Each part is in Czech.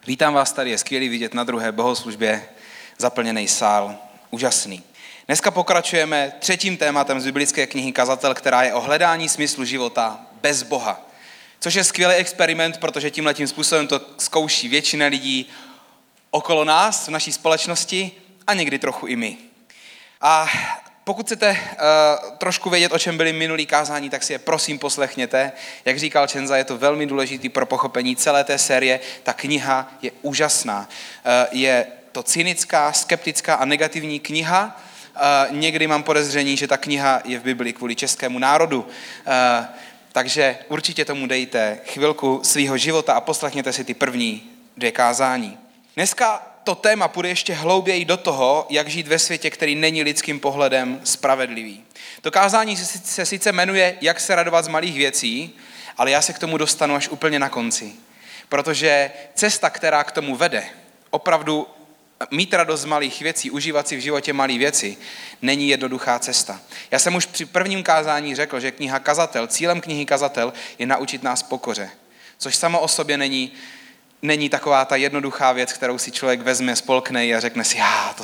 Vítám vás tady, je skvělý vidět na druhé bohoslužbě, zaplněný sál, úžasný. Dneska pokračujeme třetím tématem z biblické knihy Kazatel, která je o hledání smyslu života bez Boha. Což je skvělý experiment, protože tímhletím způsobem to zkouší většina lidí okolo nás, v naší společnosti a někdy trochu i my. A pokud chcete trošku vědět, o čem byly minulý kázání, tak si je prosím poslechněte. Jak říkal Čenza, je to velmi důležitý pro pochopení celé té série. Ta kniha je úžasná. Je to cynická, skeptická a negativní kniha. Někdy mám podezření, že ta kniha je v Biblii kvůli českému národu. Takže určitě tomu dejte chvilku svýho života a poslechněte si ty první 2 kázání. Dneska to téma půjde ještě hlouběji do toho, jak žít ve světě, který není lidským pohledem spravedlivý. To kázání se sice jmenuje Jak se radovat z malých věcí, ale já se k tomu dostanu až úplně na konci. Protože cesta, která k tomu vede, opravdu mít radost z malých věcí, užívat si v životě malé věci, není jednoduchá cesta. Já jsem už při prvním kázání řekl, že kniha Kazatel, cílem knihy Kazatel je naučit nás pokoře, což samo o sobě není taková ta jednoduchá věc, kterou si člověk vezme, spolkne a řekne si,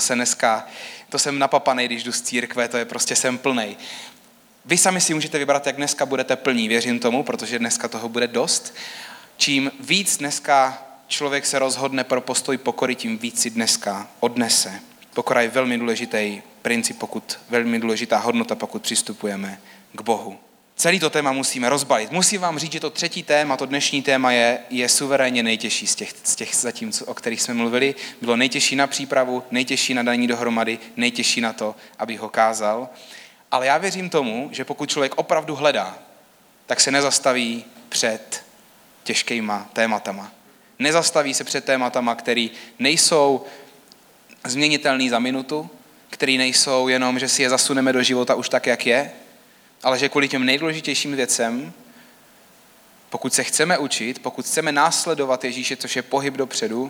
to jsem napapanej, když jdu z církve, to je prostě jsem plnej. Vy sami si můžete vybrat, jak dneska budete plní, věřím tomu, protože dneska toho bude dost. Čím víc dneska člověk se rozhodne pro postoj pokory, tím víc si dneska odnese. Pokora je velmi důležitý princip, velmi důležitá hodnota, pokud přistupujeme k Bohu. Celý to téma musíme rozbalit. Musím vám říct, že to třetí téma, to dnešní téma je suverénně nejtěžší z těch zatím, o kterých jsme mluvili. Bylo nejtěžší na přípravu, nejtěžší na dání dohromady, nejtěžší na to, abych ho kázal. Ale já věřím tomu, že pokud člověk opravdu hledá, tak se nezastaví před těžkýma tématama. Nezastaví se před tématama, které nejsou změnitelný za minutu, které nejsou jenom, že si je zasuneme do života už tak, jak je, ale že kvůli těm nejdůležitějším věcem, pokud se chceme učit, pokud chceme následovat Ježíše, což je pohyb dopředu,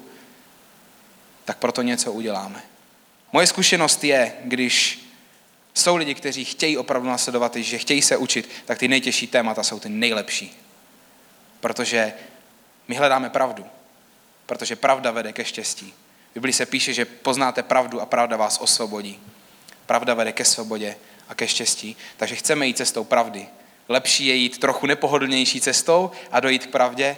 tak proto něco uděláme. Moje zkušenost je, když jsou lidi, kteří chtějí opravdu následovat Ježíše, chtějí se učit, tak ty nejtěžší témata jsou ty nejlepší. Protože my hledáme pravdu, protože pravda vede ke štěstí. V Biblii se píše, že poznáte pravdu a pravda vás osvobodí. Pravda vede ke svobodě a ke štěstí, takže chceme jít cestou pravdy. Lepší je jít trochu nepohodlnější cestou a dojít k pravdě,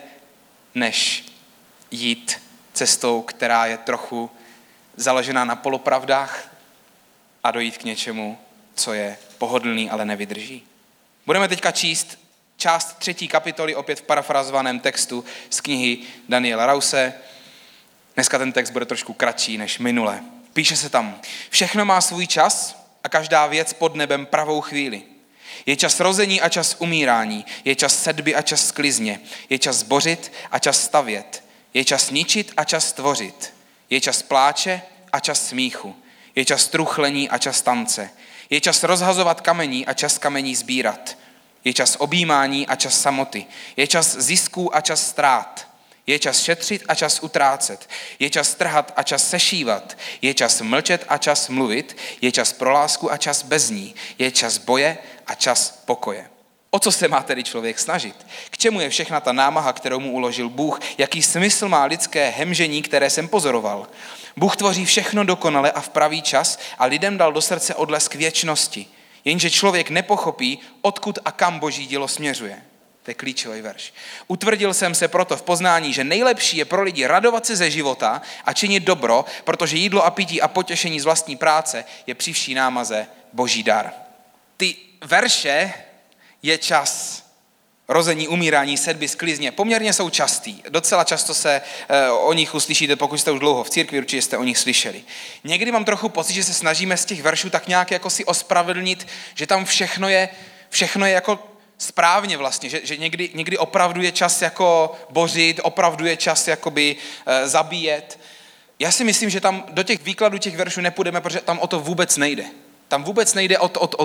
než jít cestou, která je trochu založená na polopravdách a dojít k něčemu, co je pohodlný, ale nevydrží. Budeme teďka číst část 3. kapitoly, opět v parafrazovaném textu z knihy Daniela Rause. Dneska ten text bude trošku kratší než minule. Píše se tam, všechno má svůj čas a každá věc pod nebem pravou chvíli. Je čas rození a čas umírání, je čas sedby a čas sklizně, je čas bořit a čas stavět, je čas ničit a čas tvořit, je čas pláče a čas smíchu, je čas truchlení a čas tance, je čas rozhazovat kamení a čas kamení sbírat, je čas objímání a čas samoty, je čas zisků a čas ztrát, je čas šetřit a čas utrácet, je čas trhat a čas sešívat, je čas mlčet a čas mluvit, je čas pro lásku a čas bez ní, je čas boje a čas pokoje. O co se má tedy člověk snažit? K čemu je všechna ta námaha, kterou mu uložil Bůh? Jaký smysl má lidské hemžení, které jsem pozoroval? Bůh tvoří všechno dokonale a v pravý čas a lidem dal do srdce odlesk věčnosti. Jenže člověk nepochopí, odkud a kam Boží dílo směřuje. To je klíčový verš. Utvrdil jsem se proto v poznání, že nejlepší je pro lidi radovat se ze života a činit dobro, protože jídlo a pití a potěšení z vlastní práce je při vší námaze Boží dar. Ty verše je čas rození, umírání, sedby, sklizně. Poměrně jsou častý. Docela často se o nich uslyšíte, pokud jste už dlouho v církvi, určitě jste o nich slyšeli. Někdy mám trochu pocit, že se snažíme z těch veršů tak nějak jako si ospravedlnit, že tam všechno je jako správně vlastně, že někdy opravdu je čas jako bořit, opravdu je čas jakoby zabíjet. Já si myslím, že tam do těch výkladů těch veršů nepůjdeme, protože tam o to vůbec nejde. Tam vůbec nejde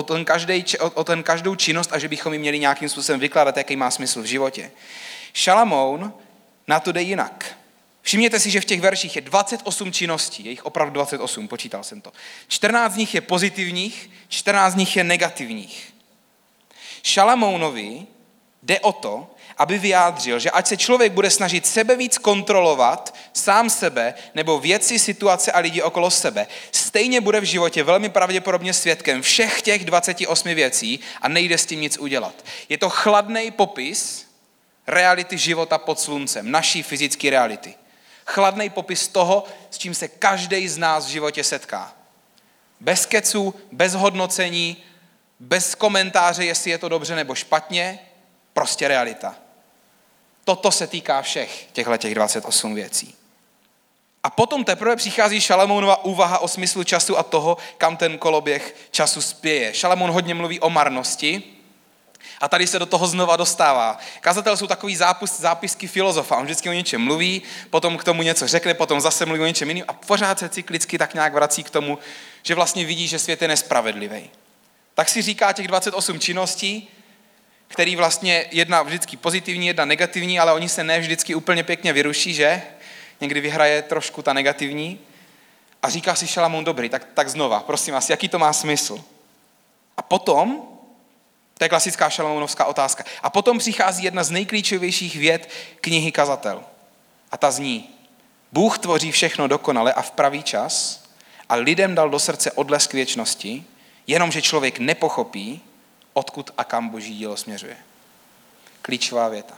o ten každou činnost a že bychom ji měli nějakým způsobem vykládat, jaký má smysl v životě. Šalamoun na to jde jinak. Všimněte si, že v těch verších je 28 činností, je jich opravdu 28, počítal jsem to. 14 z nich je pozitivních, 14 z nich je negativních. Šalamounovi Jde o to, aby vyjádřil, že ať se člověk bude snažit sebevíc kontrolovat sám sebe nebo věci, situace a lidi okolo sebe, stejně bude v životě velmi pravděpodobně svědkem všech těch 28 věcí a nejde s tím nic udělat. Je to chladný popis reality života pod sluncem, naší fyzické reality. Chladný popis toho, s čím se každý z nás v životě setká. Bez keců, bez hodnocení, bez komentáře, jestli je to dobře nebo špatně, prostě realita. Toto se týká všech těchto 28 věcí. A potom teprve přichází Šalamounova úvaha o smyslu času a toho, kam ten koloběh času spěje. Šalamoun hodně mluví o marnosti a tady se do toho znova dostává. Kazatel jsou takový zápisky filozofa. On vždycky o něčem mluví, potom k tomu něco řekne, potom zase mluví o něčem jiným a pořád se cyklicky tak nějak vrací k tomu, že vlastně vidí, že svět je nespravedlivý. Tak si říká těch 28 činností, který vlastně jedna vždycky pozitivní, jedna negativní, ale oni se ne vždycky úplně pěkně vyruší, že? Někdy vyhraje trošku ta negativní a říká si Šalamoun, dobrý, tak znova, prosím vás, jaký to má smysl? A potom, to je klasická šalamounovská otázka, a potom přichází jedna z nejklíčovějších vět knihy Kazatel. A ta zní, Bůh tvoří všechno dokonale a v pravý čas a lidem dal do srdce odlesk věčnosti, jenomže člověk nepochopí, odkud a kam Boží dílo směřuje. Klíčová věta.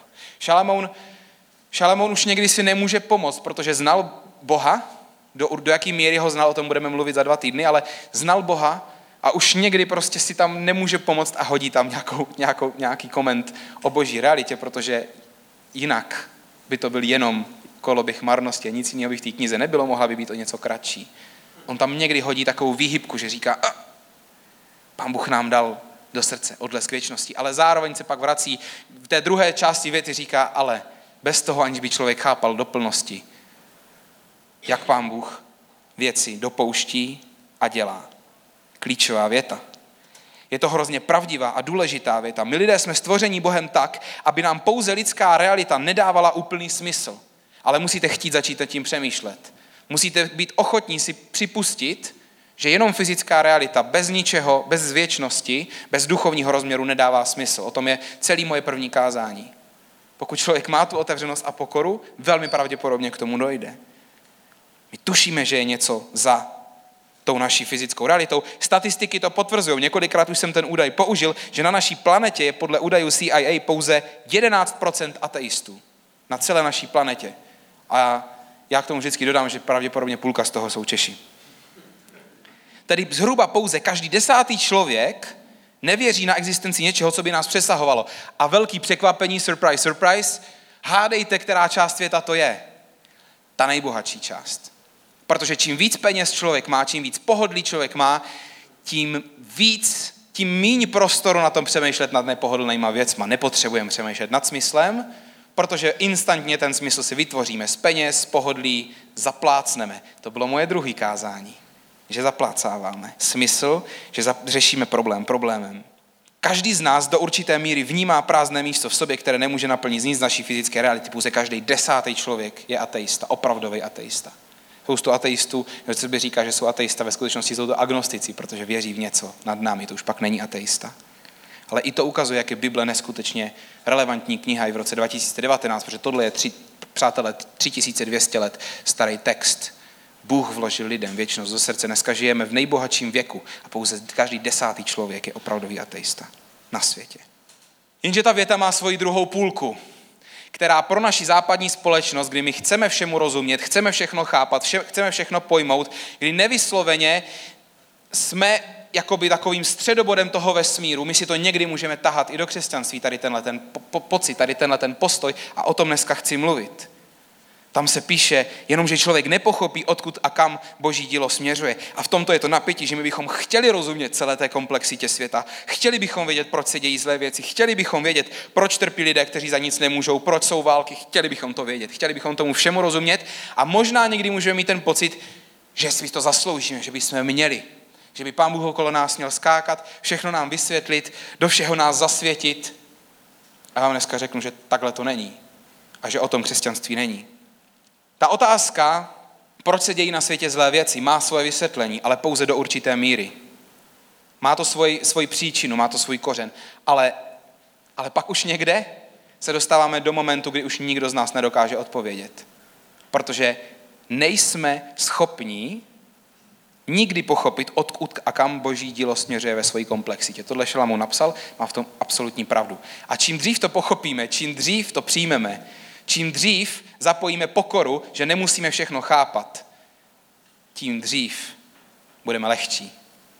Šalamoun už někdy si nemůže pomoct, protože znal Boha, do jaký míry ho znal, o tom budeme mluvit za 2 týdny, ale znal Boha a už někdy prostě si tam nemůže pomoct a hodí tam nějaký koment o Boží realitě, protože jinak by to byl jenom koloběh marnosti a nic jiného by v té knize nebylo, mohla by být o něco kratší. On tam někdy hodí takovou výhybku, že říká, Pán Bůh nám dal do srdce odlesk věčnosti, ale zároveň se pak vrací v té druhé části věty říká, ale bez toho, aniž by člověk chápal do plnosti, jak Pán Bůh věci dopouští a dělá. Klíčová věta. Je to hrozně pravdivá a důležitá věta. My lidé jsme stvoření Bohem tak, aby nám pouze lidská realita nedávala úplný smysl, ale musíte chtít začít nad tím přemýšlet. Musíte být ochotní si připustit, že jenom fyzická realita bez ničeho, bez věčnosti, bez duchovního rozměru nedává smysl. O tom je celé moje první kázání. Pokud člověk má tu otevřenost a pokoru, velmi pravděpodobně k tomu dojde. My tušíme, že je něco za tou naší fyzickou realitou. Statistiky to potvrzují. Několikrát už jsem ten údaj použil, že na naší planetě je podle údajů CIA pouze 11% ateistů. Na celé naší planetě. A já k tomu vždycky dodám, že pravděpodobně půlka z toho jsou Češi. Tedy zhruba pouze každý 10. člověk nevěří na existenci něčeho, co by nás přesahovalo. A velký překvapení, surprise, surprise, hádejte, která část světa to je. Ta nejbohatší část. Protože čím víc peněz člověk má, čím víc pohodlí člověk má, tím míň prostoru na tom přemýšlet nad nepohodlnýma věcma. Nepotřebujeme přemýšlet nad smyslem, protože instantně ten smysl si vytvoříme z peněz, z pohodlí, zaplácneme. To bylo moje druhé kázání. Že zaplácáváme. Smysl, že řešíme problémem. Každý z nás do určité míry vnímá prázdné místo v sobě, které nemůže naplnit nic z naší fyzické reality. Pouze každý 10. člověk je ateista, opravdový ateista. Spoustu ateistů, co by říká, že jsou ateista, ve skutečnosti jsou to agnostici, protože věří v něco nad námi, to už pak není ateista. Ale i to ukazuje, jak je Bible neskutečně relevantní kniha i v roce 2019, protože tohle je 3200 let starý text. Bůh vložil lidem věčnost do srdce. Dneska žijeme v nejbohatším věku a pouze každý 10. člověk je opravdový ateista na světě. Jenže ta věta má svoji druhou půlku, která pro naši západní společnost, kdy my chceme všemu rozumět, chceme všechno chápat, chceme všechno pojmout, kdy nevysloveně jsme jakoby takovým středobodem toho vesmíru, my si to někdy můžeme tahat i do křesťanství, tady tenhle ten pocit, tady tenhle ten postoj a o tom dneska chci mluvit. Tam se píše, jenomže člověk nepochopí, odkud a kam Boží dílo směřuje. A v tomto je to napětí, že my bychom chtěli rozumět celé té komplexitě světa. Chtěli bychom vědět, proč se dějí zlé věci. Chtěli bychom vědět, proč trpí lidé, kteří za nic nemůžou, proč jsou války. Chtěli bychom to vědět. Chtěli bychom tomu všemu rozumět. A možná někdy můžeme mít ten pocit, že si to zasloužíme, že bychom měli. Že by Pán Bůh okolo nás měl skákat, všechno nám vysvětlit, do všeho nás zasvětit. A já vám dneska řeknu, že takhle to není. A že o tom křesťanství není. Ta otázka, proč se dějí na světě zlé věci, má svoje vysvětlení, ale pouze do určité míry. Má to svoji příčinu, má to svůj kořen, ale Ale pak už někde se dostáváme do momentu, kdy už nikdo z nás nedokáže odpovědět. Protože nejsme schopní nikdy pochopit, odkud a kam Boží dílo směřuje ve své komplexitě. Tohle Šalamoun napsal, má v tom absolutní pravdu. A čím dřív to pochopíme, čím dřív to přijmeme, čím dřív zapojíme pokoru, že nemusíme všechno chápat, tím dřív budeme lehčí.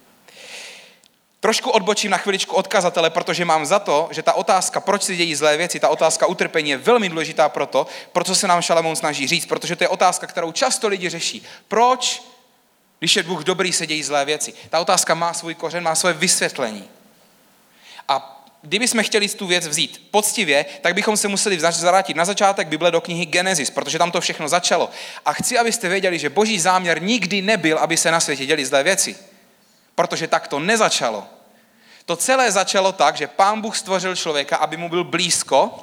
Trošku odbočím na chviličku od kazatele, protože mám za to, že ta otázka, proč se dějí zlé věci, ta otázka utrpení je velmi důležitá proto se nám Šalamoun snaží říct, protože to je otázka, kterou často lidi řeší. Proč, když je Bůh dobrý, se dějí zlé věci? Ta otázka má svůj kořen, má svoje vysvětlení. A kdybychom chtěli tu věc vzít poctivě, tak bychom se museli zavrátit na začátek Bible do knihy Genesis, protože tam to všechno začalo. A chci, abyste věděli, že Boží záměr nikdy nebyl, aby se na světě děly zlé věci. Protože tak to nezačalo. To celé začalo tak, že Pán Bůh stvořil člověka, aby mu byl blízko,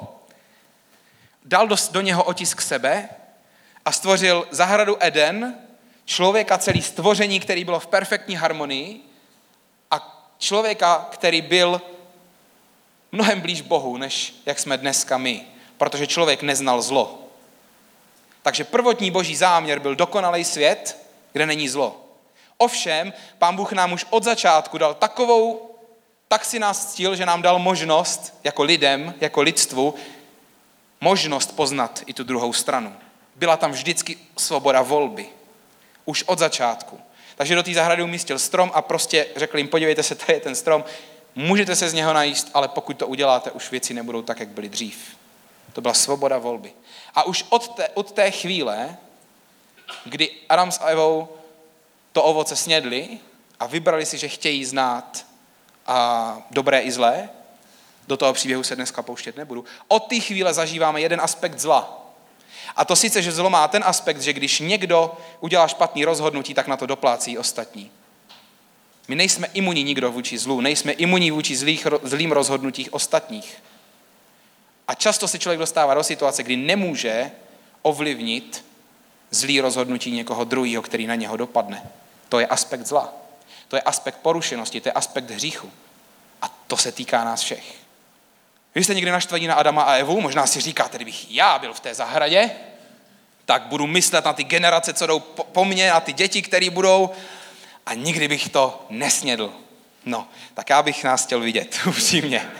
dal do něho otisk sebe a stvořil zahradu Eden, člověka, celý stvoření, který bylo v perfektní harmonii a člověka, který byl mnohem blíž Bohu, než jak jsme dneska my, protože člověk neznal zlo. Takže prvotní Boží záměr byl dokonalý svět, kde není zlo. Ovšem, Pán Bůh nám už od začátku dal tak si nás ctil, že nám dal možnost, jako lidem, jako lidstvu, možnost poznat i tu druhou stranu. Byla tam vždycky svoboda volby. Už od začátku. Takže do té zahrady umístil strom a prostě řekl jim, podívejte se, tady je ten strom, můžete se z něho najíst, ale pokud to uděláte, už věci nebudou tak, jak byly dřív. To byla svoboda volby. A už od té chvíle, kdy Adam s Evou to ovoce snědli a vybrali si, že chtějí znát a dobré i zlé, do toho příběhu se dneska pouštět nebudu, od té chvíle zažíváme jeden aspekt zla. A to sice, že zlo má ten aspekt, že když někdo udělá špatný rozhodnutí, tak na to doplácí ostatní. My nejsme imunní nikdo vůči zlu, nejsme imunní vůči zlým rozhodnutích ostatních. A často se člověk dostává do situace, kdy nemůže ovlivnit zlý rozhodnutí někoho druhého, který na něho dopadne. To je aspekt zla. To je aspekt porušenosti, to je aspekt hříchu. A to se týká nás všech. Vy jste někdy naštvaní na Adama a Evu, možná si říkáte, kdybych já byl v té zahradě, tak budu myslet na ty generace, co jdou po mně, na ty děti, které budou, a nikdy bych to nesnědl. No, tak já bych nás chtěl vidět, upřímně.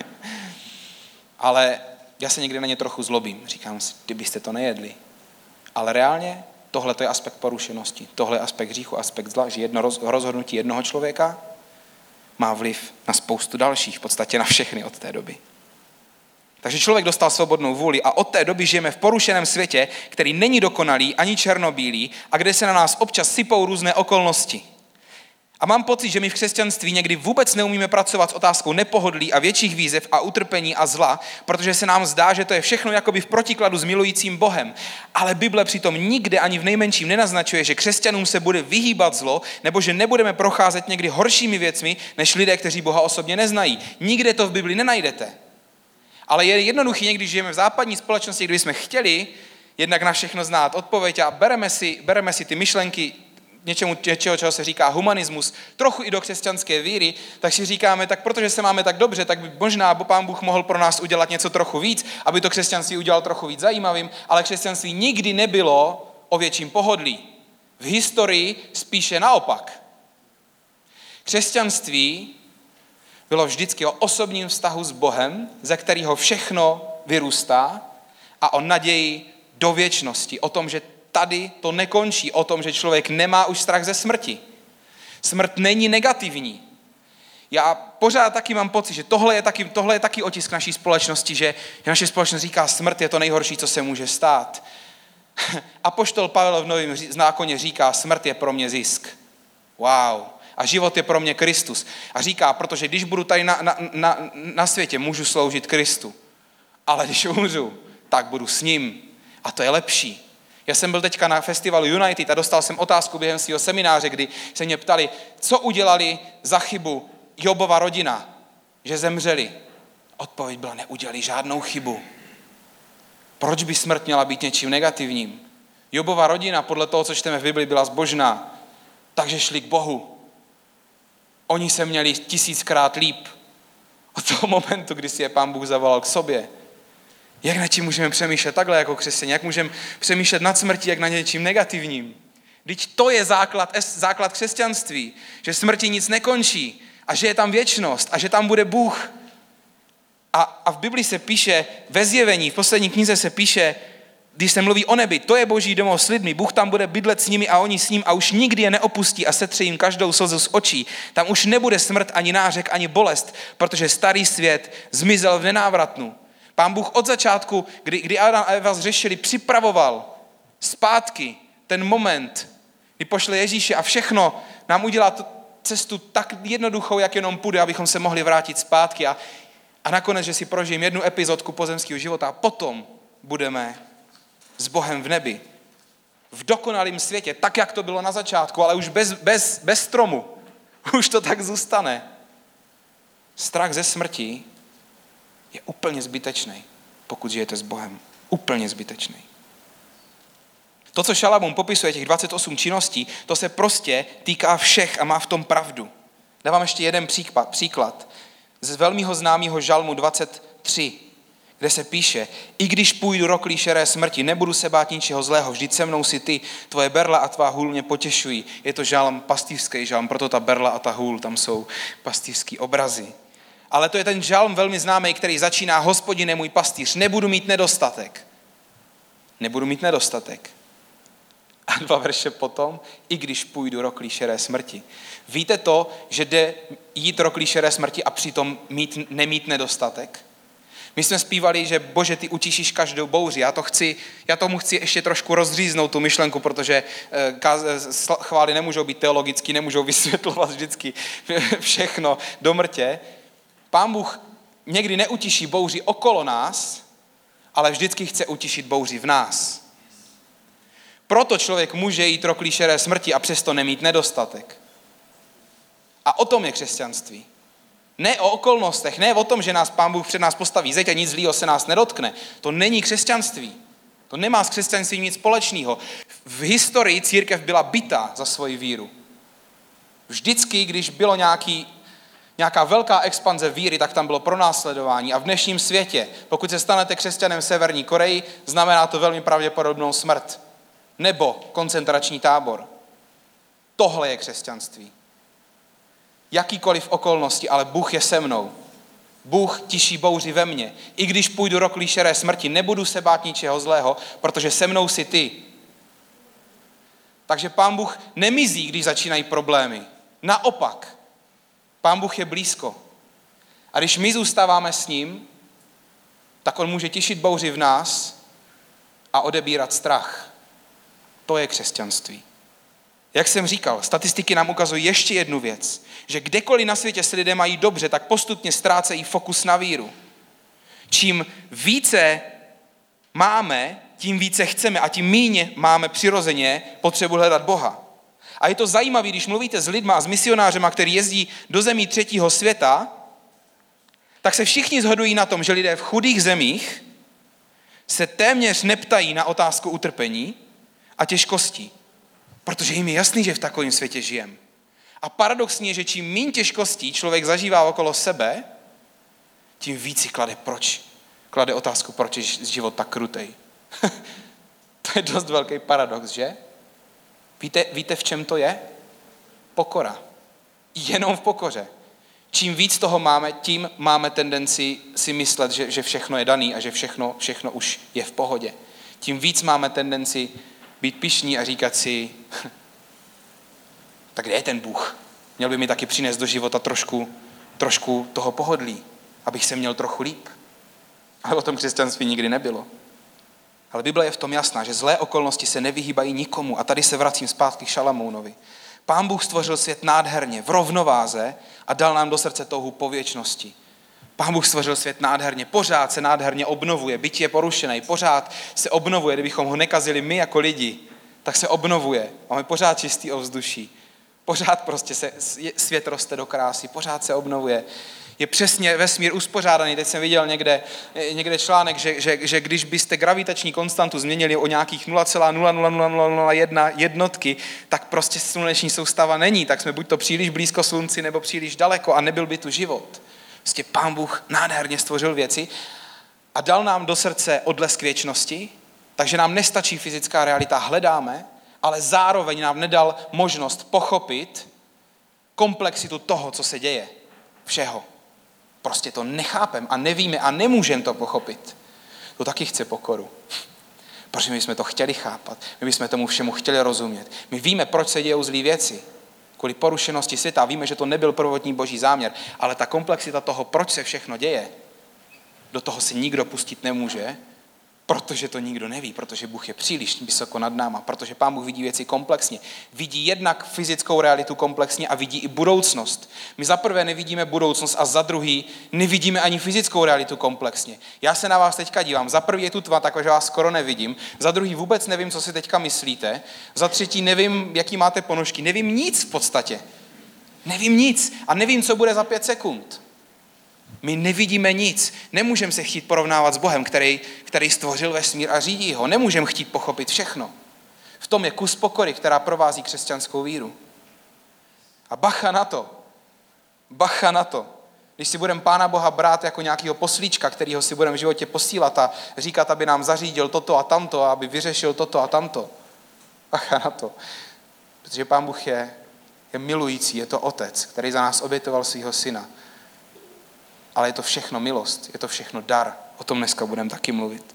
Ale já se někdy na ně trochu zlobím. Říkám si, kdybyste to nejedli. Ale reálně tohle je aspekt porušenosti, tohle je aspekt hříchu, aspekt zla, že jedno rozhodnutí jednoho člověka má vliv na spoustu dalších, v podstatě na všechny od té doby. Takže člověk dostal svobodnou vůli a od té doby žijeme v porušeném světě, který není dokonalý ani černobílý a kde se na nás občas sypou různé okolnosti. A mám pocit, že my v křesťanství někdy vůbec neumíme pracovat s otázkou nepohodlí a větších výzev a utrpení a zla, protože se nám zdá, že to je všechno jakoby v protikladu s milujícím Bohem. Ale Bible přitom nikde ani v nejmenším nenaznačuje, že křesťanům se bude vyhýbat zlo, nebo že nebudeme procházet někdy horšími věcmi, než lidé, kteří Boha osobně neznají. Nikde to v Bibli nenajdete. Ale je jednoduchý, někdy žijeme v západní společnosti, kdy jsme chtěli jednak na všechno znát odpověď a bereme si ty myšlenky něčeho, čeho se říká humanismus, trochu i do křesťanské víry, tak si říkáme, tak protože se máme tak dobře, tak by možná Pán Bůh mohl pro nás udělat něco trochu víc, aby to křesťanství udělal trochu víc zajímavým, ale křesťanství nikdy nebylo o větším pohodlí. V historii spíše naopak. Křesťanství bylo vždycky o osobním vztahu s Bohem, ze kterého všechno vyrůstá, a o naději do věčnosti, o tom, že tady to nekončí, o tom, že člověk nemá už strach ze smrti. Smrt není negativní. Já pořád taky mám pocit, že tohle je taky otisk naší společnosti, že naše společnost říká, smrt je to nejhorší, co se může stát. Apoštol Pavel v Novém zákoně říká, smrt je pro mě zisk. Wow. A život je pro mě Kristus. A říká, protože když budu tady na světě, můžu sloužit Kristu. Ale když umřu, tak budu s ním. A to je lepší. Já jsem byl teďka na festivalu United a dostal jsem otázku během svého semináře, kdy se mě ptali, co udělali za chybu Jobova rodina, že zemřeli. Odpověď byla, neudělali žádnou chybu. Proč by smrt měla být něčím negativním? Jobova rodina, podle toho, co čteme v Bibli, byla zbožná, takže šli k Bohu. Oni se měli 1000krát líp. Od toho momentu, kdy si je Pán Bůh zavolal k sobě. Jak nad tím můžeme přemýšlet takhle jako křesťané? Jak můžeme přemýšlet nad smrtí, jak nad něčím negativním? Vždyť to je základ křesťanství, že smrti nic nekončí a že je tam věčnost a že tam bude Bůh. A v Biblii se píše, ve Zjevení, v poslední knize se píše, když se mluví o nebi, to je Boží domov s lidmi, Bůh tam bude bydlet s nimi a oni s ním a už nikdy je neopustí a setře jim každou slzu z očí. Tam už nebude smrt, ani nářek, ani bolest, protože starý svět zmizel v nenávratnu. Pán Bůh od začátku, kdy Adam a Eva zřešili, připravoval zpátky ten moment, kdy pošle Ježíše a všechno nám udělá cestu tak jednoduchou, jak jenom půjde, abychom se mohli vrátit zpátky a nakonec, že si prožijeme jednu epizodku pozemského života a potom budeme s Bohem v nebi. V dokonalém světě, tak, jak to bylo na začátku, ale už bez stromu. Už to tak zůstane. Strach ze smrti je úplně zbytečný, pokud žijete s Bohem. Úplně zbytečný. To, co Šalamún popisuje, těch 28 činností, to se prostě týká všech a má v tom pravdu. Dávám ještě jeden příklad. Z velmi známého žalmu 23, kde se píše, i když půjdu roklí šeré smrti, nebudu se bát ničeho zlého, vždyť se mnou si ty, tvoje berla a tvá hůl mě potěšují. Je to žalm, pastýřský žalm, proto ta berla a ta hůl, tam jsou pastýřský obrazy. Ale to je ten žalm velmi známý, který začíná, Hospodine můj pastýř, nebudu mít nedostatek. Nebudu mít nedostatek. A 2 verše potom, i když půjdu roklí šeré smrti. Víte to, že jde jít roklí šeré smrti a přitom nemít nedostatek? My jsme zpívali, že Bože, ty utišíš každou bouři. Já tomu chci ještě trošku rozříznout tu myšlenku, protože chvály nemůžou být teologický, nemůžou vysvětlovat vždycky všechno do mrtě. Pán Bůh někdy neutiší bouři okolo nás, ale vždycky chce utišit bouři v nás. Proto člověk může jít roklí šeré smrti a přesto nemít nedostatek. A o tom je křesťanství. Ne o okolnostech, ne o tom, že nás Pán Bůh před nás postaví zeď a nic zlýho se nás nedotkne. To není křesťanství. To nemá s křesťanstvím nic společného. V historii církev byla bitá za svoji víru. Vždycky, když bylo nějaká velká expanze víry, tak tam bylo pronásledování. A v dnešním světě, pokud se stanete křesťanem v Severní Koreji, znamená to velmi pravděpodobnou smrt. Nebo koncentrační tábor. Tohle je křesťanství. Jakýkoliv okolnosti, ale Bůh je se mnou. Bůh tiší bouři ve mně. I když půjdu roklí šeré smrti, nebudu se bát ničeho zlého, protože se mnou jsi ty. Takže Pán Bůh nemizí, když začínají problémy. Naopak, Pán Bůh je blízko. A když my zůstáváme s ním, tak on může tišit bouři v nás a odebírat strach. To je křesťanství. Jak jsem říkal, statistiky nám ukazují ještě jednu věc, že kdekoliv na světě se lidé mají dobře, tak postupně ztrácejí fokus na víru. Čím více máme, tím více chceme a tím míně máme přirozeně potřebu hledat Boha. A je to zajímavé, když mluvíte s lidma a s misionářema, který jezdí do zemí třetího světa, tak se všichni shodují na tom, že lidé v chudých zemích se téměř neptají na otázku utrpení a těžkostí. Protože jim je jasný, že v takovém světě žijeme. A paradoxní je, že čím méně těžkostí člověk zažívá okolo sebe, tím víc si klade otázku, proč je život tak krutej. To je dost velký paradox, že? Víte, v čem to je? Pokora. Jenom v pokoře. Čím víc toho máme, tím máme tendenci si myslet, že všechno je daný a že všechno už je v pohodě. Tím víc máme tendenci být pyšní a říkat si, tak kde je ten Bůh? Měl by mi taky přinést do života trošku toho pohodlí, abych se měl trochu líp. Ale o tom křesťanství nikdy nebylo. Ale Bible je v tom jasná, že zlé okolnosti se nevyhýbají nikomu. A tady se vracím zpátky k Šalamounovi. Pán Bůh stvořil svět nádherně, v rovnováze a dal nám do srdce touhu po věčnosti. Pán Bůh stvořil svět nádherně, pořád se nádherně obnovuje, byť je porušený, pořád se obnovuje, kdybychom ho nekazili my jako lidi, tak se obnovuje. Máme pořád čistý ovzduší, pořád prostě svět roste do krásy, pořád se obnovuje. Je přesně vesmír uspořádaný. Teď jsem viděl někde článek, že když byste gravitační konstantu změnili o nějakých 0,00001 jednotky, tak prostě sluneční soustava není. Tak jsme buď to příliš blízko slunci, nebo příliš daleko a nebyl by tu život. Prostě Pán Bůh nádherně stvořil věci a dal nám do srdce odlesk věčnosti, takže nám nestačí fyzická realita, hledáme, ale zároveň nám nedal možnost pochopit komplexitu toho, co se děje. Všeho. Prostě to nechápem a nevíme a nemůžeme to pochopit. To taky chce pokoru. Protože my bychom to chtěli chápat. My bychom tomu všemu chtěli rozumět. My víme, proč se dějou zlý věci. Kvůli porušenosti světa. Víme, že to nebyl prvotní boží záměr. Ale ta komplexita toho, proč se všechno děje, do toho se nikdo pustit nemůže, protože to nikdo neví, protože Bůh je příliš vysoko nad náma, protože Pán Bůh vidí věci komplexně. Vidí jednak fyzickou realitu komplexně a vidí i budoucnost. My za prvé nevidíme budoucnost a za druhý nevidíme ani fyzickou realitu komplexně. Já se na vás teďka dívám. Za prvý je tu tma, takže vás skoro nevidím. Za druhý vůbec nevím, co si teďka myslíte. Za třetí nevím, jaký máte ponožky. Nevím nic v podstatě. Nevím nic a nevím, co bude za 5 sekund. My nevidíme nic. Nemůžeme se chtít porovnávat s Bohem, který stvořil vesmír a řídí ho. Nemůžeme chtít pochopit všechno. V tom je kus pokory, která provází křesťanskou víru. A bacha na to. Když si budeme Pána Boha brát jako nějakého poslíčka, kterýho si budeme v životě posílat a říkat, aby nám zařídil toto a tamto, aby vyřešil toto a tamto. Bacha na to. Protože Pán Bůh je milující, je to Otec, který za nás obětoval svého syna. Ale je to všechno milost, je to všechno dar. O tom dneska budeme taky mluvit.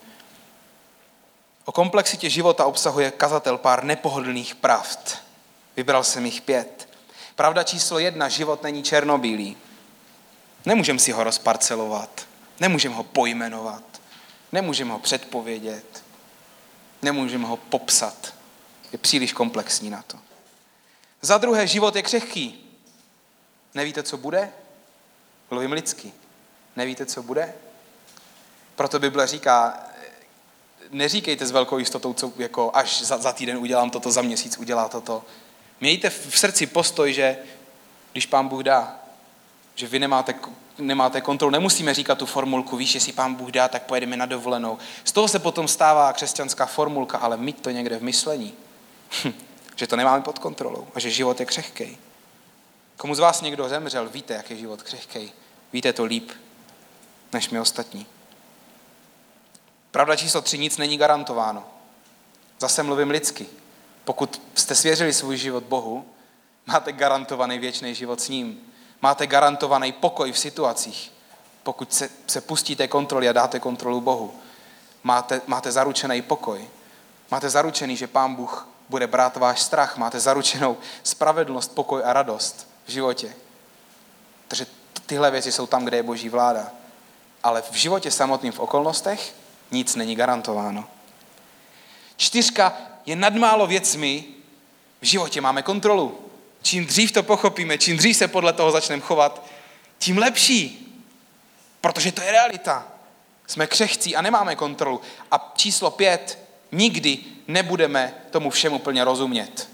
O komplexitě života obsahuje kazatel pár nepohodlných pravd. Vybral jsem jich 5. Pravda číslo 1, život není černobílý. Nemůžeme si ho rozparcelovat, nemůžeme ho pojmenovat, nemůžeme ho předpovědět, nemůžeme ho popsat. Je příliš komplexní na to. Za druhé, život je křehký. Nevíte, co bude? Mluvím lidsky. Nevíte, co bude? Proto Bible říká, neříkejte s velkou jistotou, co, jako až za týden udělám toto, za měsíc udělá toto. Mějte v srdci postoj, že když Pán Bůh dá, že vy nemáte kontrolu, nemusíme říkat tu formulku, víš, jestli Pán Bůh dá, tak pojedeme na dovolenou. Z toho se potom stává křesťanská formulka, ale mít to někde v myšlení, že to nemáme pod kontrolou a že život je křehkej. Komu z vás někdo zemřel, víte, jak je život křehkej. Víte to líp, než my ostatní. Pravda číslo 3, nic není garantováno. Zase mluvím lidsky. Pokud jste svěřili svůj život Bohu, máte garantovaný věčný život s ním. Máte garantovaný pokoj v situacích. Pokud se pustíte kontroly a dáte kontrolu Bohu, máte zaručený pokoj. Máte zaručený, že Pán Bůh bude brát váš strach. Máte zaručenou spravedlnost, pokoj a radost v životě. Takže tyhle věci jsou tam, kde je Boží vláda. Ale v životě samotným, v okolnostech, nic není garantováno. 4 je nad málo věcmi, v životě máme kontrolu. Čím dřív to pochopíme, čím dřív se podle toho začneme chovat, tím lepší. Protože to je realita. Jsme křehcí a nemáme kontrolu. A číslo 5, nikdy nebudeme tomu všemu plně rozumět.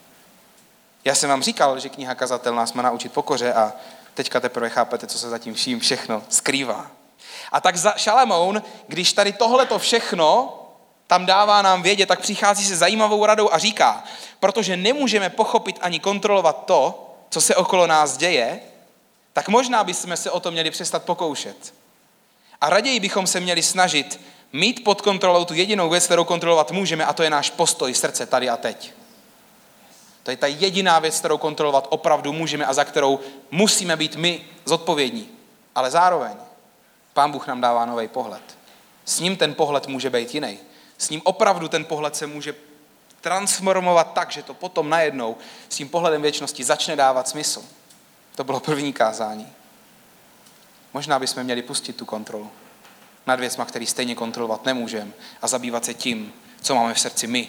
Já jsem vám říkal, že kniha Kazatel nás má naučit pokoře a teďka teprve chápete, co se za tím vším všechno skrývá. A tak Šalamoun, když tady tohleto všechno tam dává nám vědět, tak přichází se zajímavou radou a říká, protože nemůžeme pochopit ani kontrolovat to, co se okolo nás děje, tak možná bychom se o to měli přestat pokoušet. A raději bychom se měli snažit mít pod kontrolou tu jedinou věc, kterou kontrolovat můžeme, a to je náš postoj srdce tady a teď. To je ta jediná věc, kterou kontrolovat opravdu můžeme a za kterou musíme být my zodpovědní. Ale zároveň Pán Bůh nám dává nový pohled. S ním ten pohled může být jiný. S ním opravdu ten pohled se může transformovat tak, že to potom najednou s tím pohledem věčnosti začne dávat smysl. To bylo první kázání. Možná bychom měli pustit tu kontrolu nad věcma, který stejně kontrolovat nemůžeme a zabývat se tím, co máme v srdci my.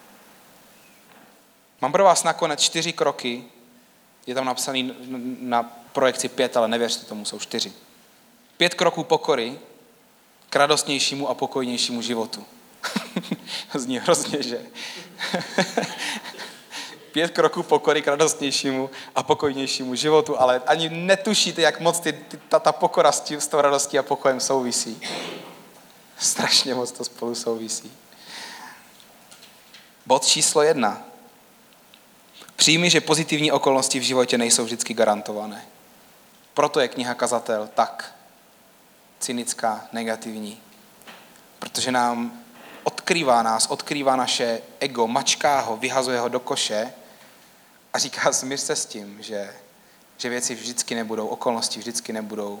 Mám pro vás nakonec 4 kroky, je tam napsaný na projekci 5, ale nevěřte tomu, jsou 4. 5 kroků pokory k radostnějšímu a pokojnějšímu životu. Zní hrozně, že? 5 kroků pokory k radostnějšímu a pokojnějšímu životu, ale ani netušíte, jak moc ta pokora s tou radostí a pokojem souvisí. Strašně moc to spolu souvisí. Bod číslo 1. Přijmi, že pozitivní okolnosti v životě nejsou vždycky garantované. Proto je kniha Kazatel tak cynická, negativní. Protože odkrývá naše ego, mačká ho, vyhazuje ho do koše a říká, smíř se s tím, že věci vždycky nebudou, okolnosti vždycky nebudou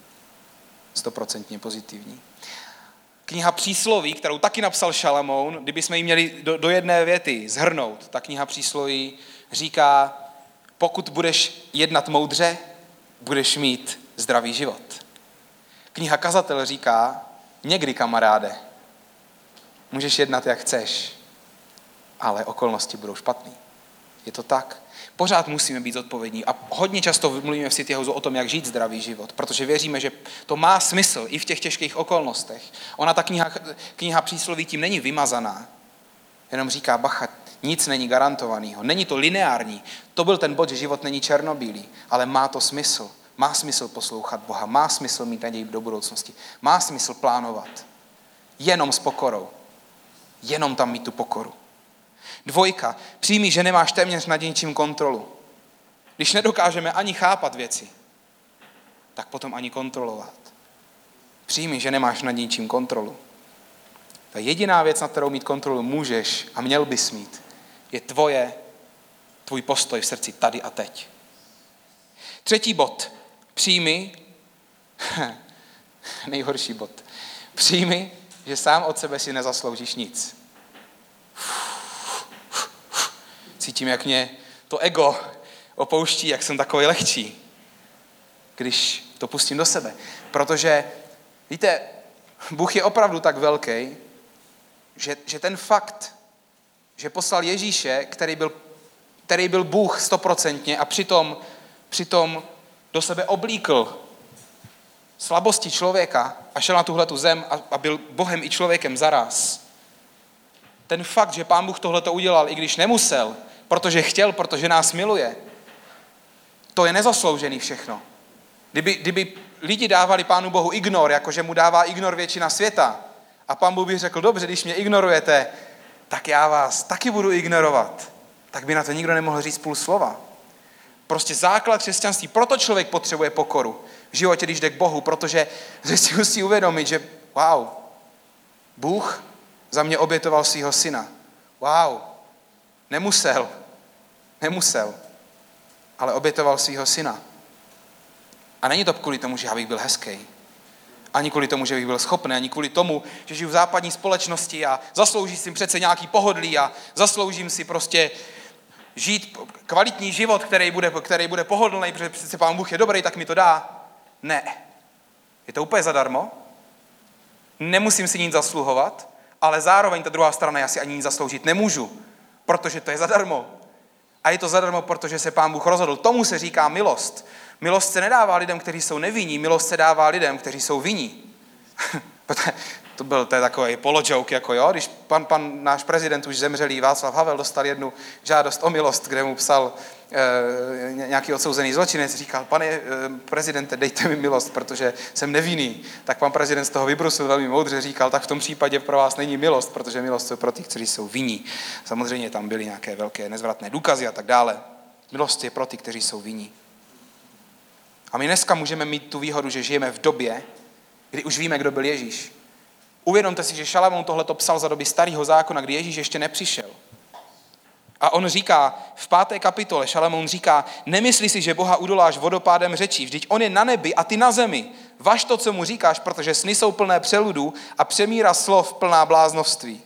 100% pozitivní. Kniha Přísloví, kterou taky napsal Šalamoun, kdybychom ji měli do jedné věty shrnout, ta kniha Přísloví říká, pokud budeš jednat moudře, budeš mít zdravý život. Kniha Kazatel říká, někdy, kamaráde, můžeš jednat, jak chceš, ale okolnosti budou špatný. Je to tak. Pořád musíme být zodpovědní a hodně často mluvíme v City Houseu o tom, jak žít zdravý život, protože věříme, že to má smysl i v těch těžkých okolnostech. Ona ta kniha Přísloví tím není vymazaná, jenom říká, bacha, nic není garantovaného, není to lineární. To byl ten bod, že život není černobílý, ale má to smysl. Má smysl poslouchat Boha, má smysl mít naději do budoucnosti, má smysl plánovat. Jenom s pokorou. Jenom tam mít tu pokoru. 2. Přijmi, že nemáš téměř nad ničím kontrolu. Když nedokážeme ani chápat věci, tak potom ani kontrolovat. Přijmi, že nemáš nad ničím kontrolu. Ta jediná věc, na kterou mít kontrolu můžeš a měl bys mít, je tvůj postoj v srdci tady a teď. 3. bod. Přijmi, nejhorší bod. Přijmi, že sám od sebe si nezasloužíš nic. Cítím, jak mě to ego opouští, jak jsem takový lehčí, když to pustím do sebe. Protože, víte, Bůh je opravdu tak velký, že ten fakt, že poslal Ježíše, který byl Bůh 100% a přitom do sebe oblíkl slabosti člověka a šel na tuhletu zem a byl Bohem i člověkem zaraz. Ten fakt, že Pán Bůh tohleto udělal, i když nemusel, protože chtěl, protože nás miluje, to je nezasloužený všechno. Kdyby lidi dávali Pánu Bohu ignor, jakože mu dává ignor většina světa, a Pán Bůh by řekl, dobře, když mě ignorujete, tak já vás taky budu ignorovat. Tak by na to nikdo nemohl říct půl slova. Prostě základ křesťanství, proto člověk potřebuje pokoru v životě, když jde k Bohu, protože si musí uvědomit, že wow, Bůh za mě obětoval svého syna. Wow, nemusel, ale obětoval svého syna. A není to kvůli tomu, že já bych byl hezký. Ani kvůli tomu, že bych byl schopný, ani kvůli tomu, že žiju v západní společnosti a zasloužím si přece nějaký pohodlí a zasloužím si prostě žít kvalitní život, který bude pohodlný, protože přece Pán Bůh je dobrý, tak mi to dá. Ne. Je to úplně zadarmo. Nemusím si nic zasluhovat, ale zároveň ta druhá strana, já si ani nic zasloužit nemůžu, protože to je zadarmo. A je to zadarmo, protože se Pán Bůh rozhodl. Tomu se říká milost. Milost se nedává lidem, kteří jsou nevinní, milost se dává lidem, kteří jsou vinní. To je takový polojoke, jako jo, když pan náš prezident už zemřelý Václav Havel dostal jednu žádost o milost, kde mu psal nějaký odsouzený zločinec, říkal, pane prezidente, dejte mi milost, protože jsem nevinný. Tak pan prezident z toho vybrusil velmi moudře, říkal, tak v tom případě pro vás není milost, protože milost je pro ty, kteří jsou vinní. Samozřejmě tam byly nějaké velké nezvratné důkazy a tak dále. Milost je pro ty, kteří jsou vinní. A my dneska můžeme mít tu výhodu, že žijeme v době, kdy už víme, kdo byl Ježíš. Uvědomte si, že Šalamoun tohleto psal za doby starého zákona, kdy Ježíš ještě nepřišel. A on říká, v 5. kapitole Šalamoun říká, nemyslí si, že Boha udoláš vodopádem řečí, vždyť on je na nebi a ty na zemi. Važ to, co mu říkáš, protože sny jsou plné přeludů a přemíra slov plná bláznoství.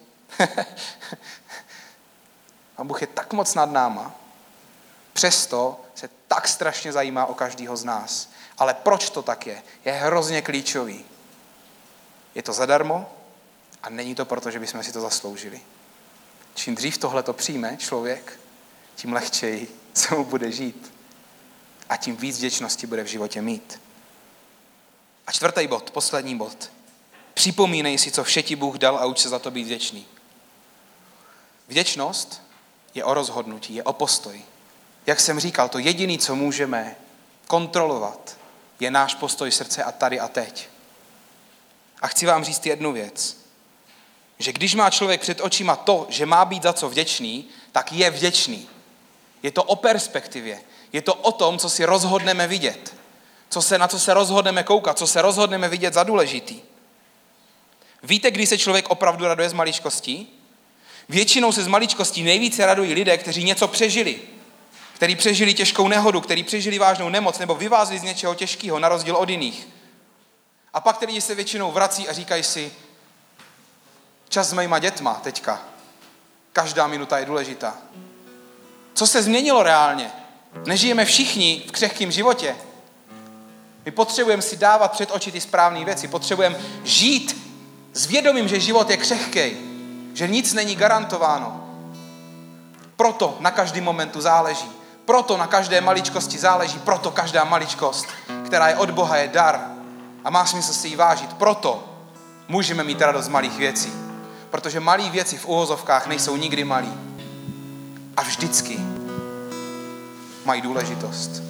A Bůh je tak moc nad náma, přesto se tak strašně zajímá o každého z nás. Ale proč to tak je? Je hrozně klíčový. Je to zadarmo a není to proto, že bychom si to zasloužili. Čím dřív tohle to přijme člověk, tím lehčeji se mu bude žít a tím víc vděčnosti bude v životě mít. A 4. bod, poslední bod. Připomínej si, co vše ti Bůh dal a uč se za to být vděčný. Vděčnost je o rozhodnutí, je o postoj. Jak jsem říkal, to jediné, co můžeme kontrolovat, je náš postoj srdce a tady a teď. A chci vám říct jednu věc, že když má člověk před očima to, že má být za co vděčný, tak je vděčný. Je to o perspektivě. Je to o tom, co si rozhodneme vidět. na co se rozhodneme koukat, co se rozhodneme vidět za důležitý. Víte, kdy se člověk opravdu raduje z maličkostí? Většinou se z maličkostí nejvíce radují lidé, kteří něco přežili. Kteří přežili těžkou nehodu, kteří přežili vážnou nemoc nebo vyvázli z něčeho těžkého na rozdíl od jiných. A pak ty lidi se většinou vrací a říkají si, čas s mýma dětma teďka. Každá minuta je důležitá. Co se změnilo reálně? Nežijeme všichni v křehkém životě. My potřebujeme si dávat před oči ty správné věci. Potřebujeme žít s vědomím, že život je křehkej. Že nic není garantováno. Proto na každém momentu záleží. Proto na každé maličkosti záleží. Proto každá maličkost, která je od Boha, je dar. A má smysl si ji vážit. Proto můžeme mít radost z malých věcí. Protože malé věci v uvozovkách nejsou nikdy malý. A vždycky mají důležitost.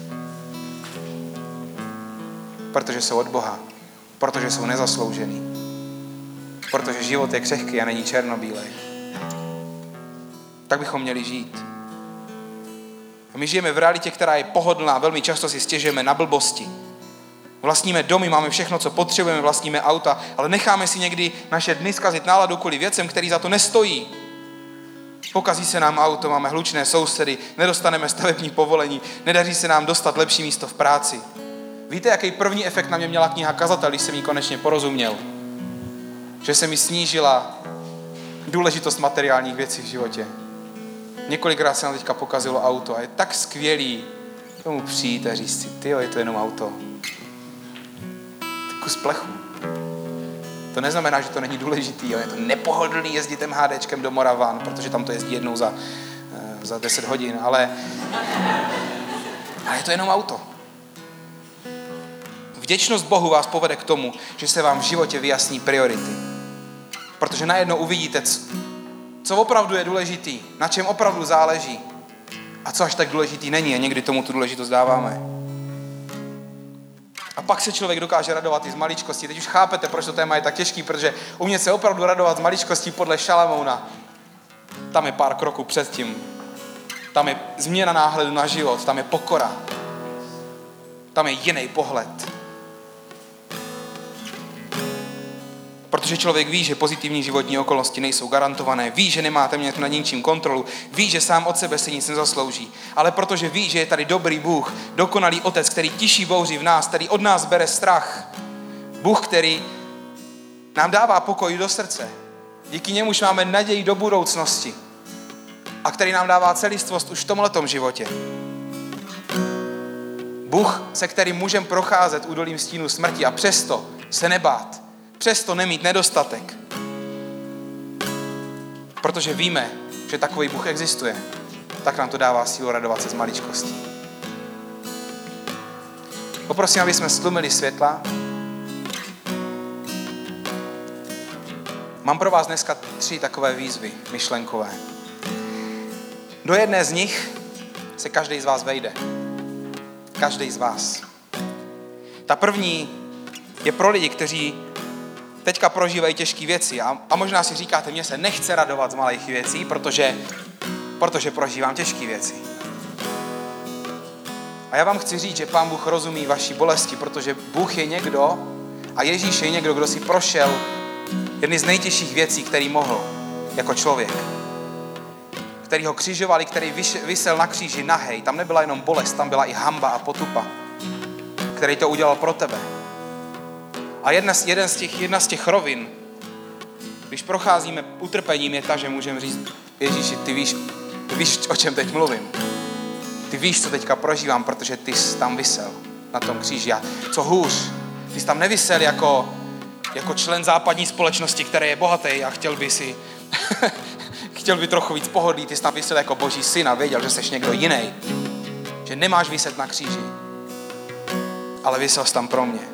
Protože jsou od Boha. Protože jsou nezasloužený. Protože život je křehký a není černobílej. Tak bychom měli žít. A my žijeme v realitě, která je pohodlná. Velmi často si stěžujeme na blbosti. Vlastníme domy, máme všechno, co potřebujeme, vlastníme auta, ale necháme si někdy naše dny zkazit náladu kvůli věcem, který za to nestojí. Pokazí se nám auto, máme hlučné sousedy, nedostaneme stavební povolení, nedaří se nám dostat lepší místo v práci. Víte, jaký první efekt na mě měla kniha Kazatel, když jsem jí konečně porozuměl? Že se mi snížila důležitost materiálních věcí v životě. Několikrát se nám teďka pokazilo auto a je tak skvělý tomu přijít a říct si, tyjo, je to jenom auto. Kus plechu. To neznamená, že to není důležitý, jo. Je to nepohodlný jezdit MHDčkem do Moravan, protože tam to jezdí jednou za 10 hodin, ale je to jenom auto. Vděčnost Bohu vás povede k tomu, že se vám v životě vyjasní priority. Protože najednou uvidíte, co opravdu je důležitý, na čem opravdu záleží a co až tak důležitý není a někdy tomu tu důležitost dáváme. A pak se člověk dokáže radovat i z maličkostí. Teď už chápete, proč to téma je tak těžký, protože umět se opravdu radovat z maličkostí podle Šalamouna, tam je pár kroků předtím. Tam je změna náhledu na život, tam je pokora. Tam je jiný pohled. Protože člověk ví, že pozitivní životní okolnosti nejsou garantované, ví, že nemáte mít nad ničím kontrolu, ví, že sám od sebe si nic nezaslouží, ale protože ví, že je tady dobrý Bůh, dokonalý Otec, který tiší bouři v nás, který od nás bere strach. Bůh, který nám dává pokoj do srdce. Díky němuž máme naději do budoucnosti. A který nám dává celistvost už v tomhletom životě. Bůh, se kterým můžeme procházet údolím stínu smrti a přesto se nebát. Přesto nemít nedostatek. Protože víme, že takový Bůh existuje, tak nám to dává sílu radovat se z maličkostí. Poprosím, aby jsme stlumili světla. Mám pro vás dneska 3 takové výzvy myšlenkové. Do jedné z nich se každý z vás vejde. Každý z vás. Ta první je pro lidi, kteří teďka prožívají těžké věci a možná si říkáte, mně se nechce radovat z malých věcí, protože prožívám těžké věci. A já vám chci říct, že Pán Bůh rozumí vaší bolesti, protože Bůh je někdo a Ježíš je někdo, kdo si prošel jedny z nejtěžších věcí, který mohl jako člověk. Který ho křižovali, který visel na kříži nahej. Tam nebyla jenom bolest, tam byla i hanba a potupa, který to udělal pro tebe. A jedna z těch rovin, když procházíme utrpením, je ta, že můžeme říct, Ježíši, ty víš, o čem teď mluvím. Ty víš, co teďka prožívám, protože ty jsi tam visel na tom kříži. A co hůř, ty jsi tam nevisel jako člen západní společnosti, který je bohatý a chtěl by trochu víc pohodlí, ty jsi tam visel jako Boží syn a věděl, že jsi někdo jiný. Že nemáš viset na kříži, ale visel jsi tam pro mě.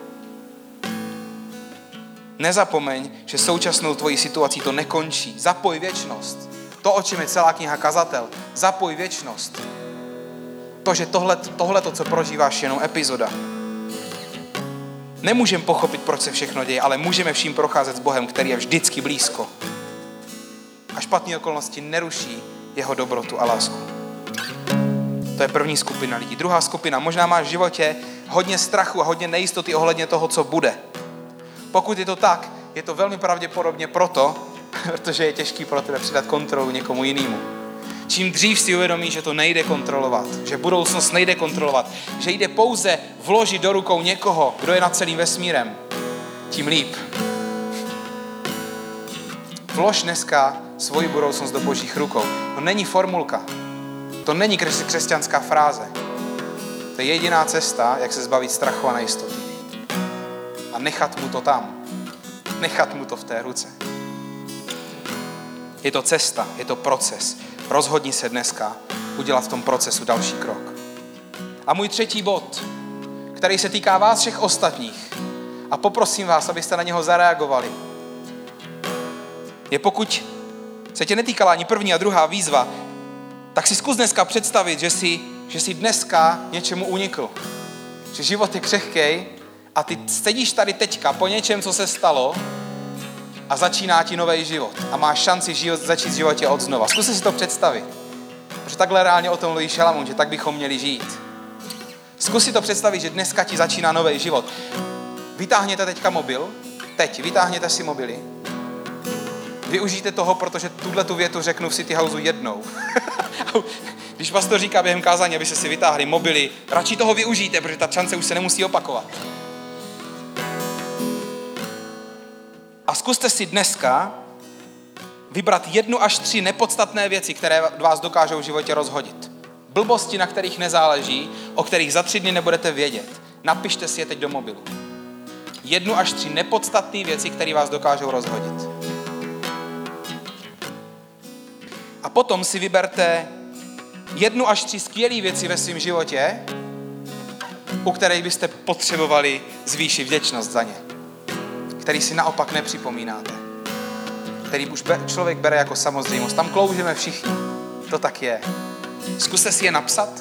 Nezapomeň, že současnou tvojí situací to nekončí. Zapoj věčnost. To, o čem je celá kniha Kazatel. Zapoj věčnost. To, že tohleto, co prožíváš, je jenom epizoda. Nemůžeme pochopit, proč se všechno děje, ale můžeme vším procházet s Bohem, který je vždycky blízko. A špatné okolnosti neruší jeho dobrotu a lásku. To je první skupina lidí. Druhá skupina, možná máš v životě hodně strachu a hodně nejistoty ohledně toho, co bude. Pokud je to tak, je to velmi pravděpodobně protože je těžký pro tebe předat kontrolu někomu jinému. Čím dřív si uvědomíš, že to nejde kontrolovat, že budoucnost nejde kontrolovat, že jde pouze vložit do rukou někoho, kdo je nad celým vesmírem, tím líp. Vlož dneska svoji budoucnost do Božích rukou. To není formulka. To není křesťanská fráze. To je jediná cesta, jak se zbavit strachu a nejistoty. A nechat mu to tam. Nechat mu to v té ruce. Je to cesta, je to proces. Rozhodni se dneska udělat v tom procesu další krok. A můj třetí bod, který se týká vás všech ostatních, a poprosím vás, abyste na něho zareagovali, je pokud se tě netýkala ani první a druhá výzva, tak si zkus dneska představit, že jsi dneska něčemu unikl. Že život je křehkej a ty sedíš tady teďka po něčem, co se stalo a začíná ti nový život. A máš šanci začít v životě od znova. Zkus si to představit. Protože takhle reálně o tom mluví Šalamoun, že tak bychom měli žít. Zkus si to představit, že dneska ti začíná nový život. Vytáhněte teďka mobil. Vytáhněte si mobily. Využijte toho, protože tu větu řeknu v City Houseu jednou. Když vás to říká během kázání, abyste si vytáhli mobily, radši toho využijte, protože ta šance už se nemusí opakovat. A zkuste si dneska vybrat 1 až 3 nepodstatné věci, které vás dokážou v životě rozhodit. Blbosti, na kterých nezáleží, o kterých za 3 dny nebudete vědět. Napište si je teď do mobilu. 1 až 3 nepodstatné věci, které vás dokážou rozhodit. A potom si vyberte 1 až 3 skvělé věci ve svém životě, u kterých byste potřebovali zvýšit vděčnost za ně. Který si naopak nepřipomínáte. Který už člověk bere jako samozřejmost. Tam kloužeme všichni. To tak je. Zkuste si je napsat.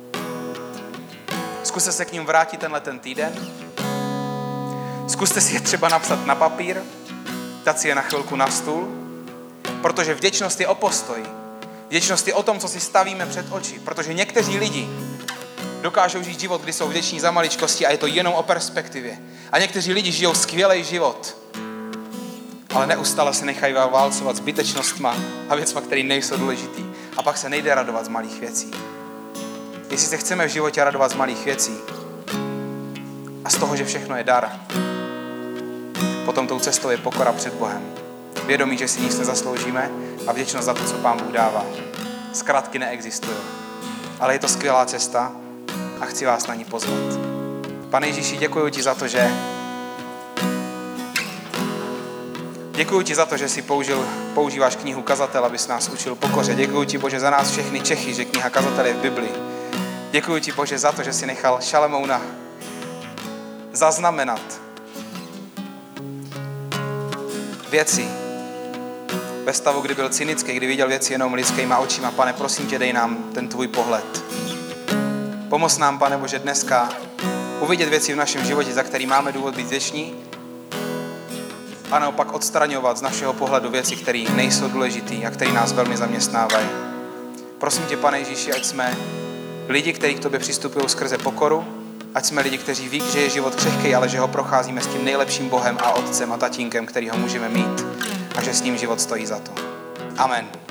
Zkuste se k ním vrátit ten týden. Zkuste si je třeba napsat na papír. Dát si je na chvilku na stůl. Protože vděčnost je o postoji. Vděčnost je o tom, co si stavíme před oči. Protože někteří lidi dokážou žít život, kdy jsou vděční za maličkosti a je to jenom o perspektivě. A někteří lidi žijou skvělý život, ale neustále se nechají válcovat zbytečnostma a věcma, které nejsou důležitý. A pak se nejde radovat z malých věcí. Jestli se chceme v životě radovat z malých věcí a z toho, že všechno je dar, potom tou cestou je pokora před Bohem. Vědomí, že si nic nezasloužíme a vděčnost za to, co Pán Bůh dává. Zkratky neexistují. Ale je to skvělá cesta a chci vás na ní pozvat. Pane Ježíši, děkuji ti za to, že jsi používáš knihu Kazatel, abys nás učil pokoře. Děkuji ti, Bože, za nás všechny Čechy, že kniha Kazatel je v Biblii. Děkuji ti, Bože, za to, že jsi nechal Šalamouna zaznamenat věci ve stavu, kdy byl cynický, kdy viděl věci jenom lidskýma očima. Pane, prosím tě, dej nám ten tvůj pohled. Pomoz nám, Pane Bože, dneska uvidět věci v našem životě, za který máme důvod být vděční, a naopak odstraňovat z našeho pohledu věci, které nejsou důležitý a které nás velmi zaměstnávají. Prosím tě, Pane Ježíši, ať jsme lidi, kteří k tobě přistupují skrze pokoru, ať jsme lidi, kteří ví, že je život křehký, ale že ho procházíme s tím nejlepším Bohem a Otcem a Tatínkem, který ho můžeme mít a že s ním život stojí za to. Amen.